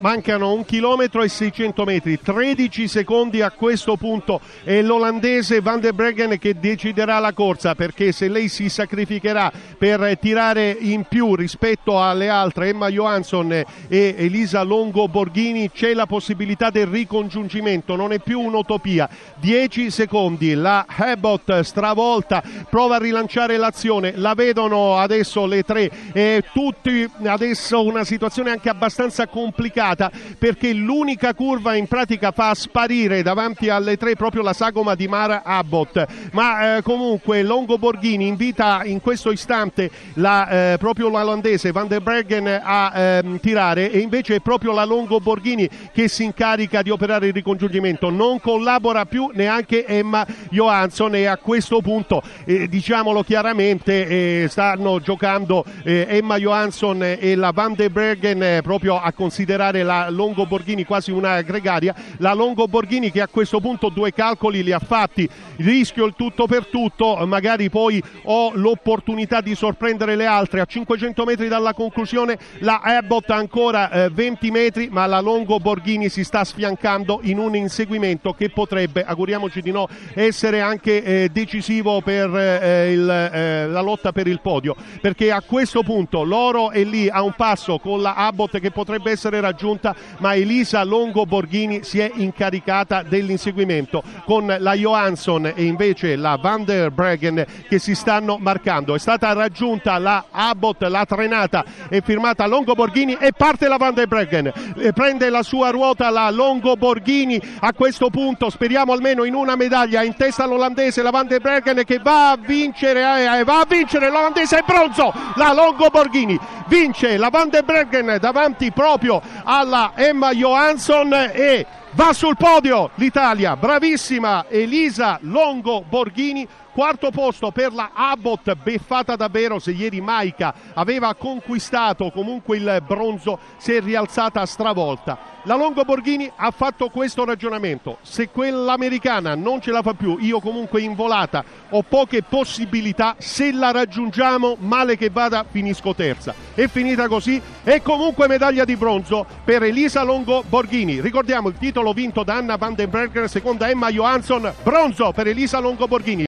Mancano 1 chilometro e 600 metri, 13 secondi a questo punto. È l'olandese Van der Breggen che deciderà la corsa, perché se lei si sacrificherà per tirare in più rispetto alle altre, Emma Johansson e Elisa Longo Borghini, c'è la possibilità del ricongiungimento, non è più un'utopia. 10 secondi, la Abbott stravolta, prova a rilanciare l'azione, la vedono adesso le tre, tutti adesso una situazione anche abbastanza complicata, perché l'unica curva in pratica fa sparire davanti alle tre proprio la sagoma di Mara Abbott, ma comunque Longo Borghini invita in questo istante proprio l'olandese Van der Breggen a tirare, e invece è proprio la Longo Borghini che si incarica di operare il ricongiungimento. Non collabora più neanche Emma Johansson, e a questo punto diciamolo chiaramente stanno giocando Emma Johansson e la Van der Breggen proprio a considerare la Longo Borghini quasi una gregaria. La Longo Borghini che a questo punto 2 calcoli li ha fatti: rischio il tutto per tutto, magari poi ho l'opportunità di sorprendere le altre. A 500 metri dalla conclusione la Abbott ancora 20 metri, ma la Longo Borghini si sta sfiancando in un inseguimento che potrebbe, auguriamoci di no, essere anche decisivo per la lotta per il podio, perché a questo punto l'oro è lì a un passo con la Abbott che potrebbe essere raggiunta, ma Elisa Longo Borghini si è incaricata dell'inseguimento con la Johansson e invece la Van der Breggen che si stanno marcando. È stata raggiunta la Abbott, la trainata è firmata Longo Borghini e parte la Van der Breggen, prende la sua ruota la Longo Borghini. A questo punto speriamo almeno in una medaglia, in testa l'olandese, la Van der Breggen che va a vincere l'olandese è bronzo. La Longo Borghini vince, la Van der Breggen davanti proprio alla Emma Johansson, e va sul podio l'Italia. Bravissima Elisa Longo Borghini. Quarto posto per la Abbott, beffata davvero. Se ieri Maika aveva conquistato comunque il bronzo, si è rialzata stravolta. La Longo Borghini ha fatto questo ragionamento: se quell'americana non ce la fa più, io comunque in volata ho poche possibilità, se la raggiungiamo male che vada finisco terza. È finita così, e comunque medaglia di bronzo per Elisa Longo Borghini. Ricordiamo il titolo vinto da Anna Van der Breggen, seconda Emma Johansson, bronzo per Elisa Longo Borghini.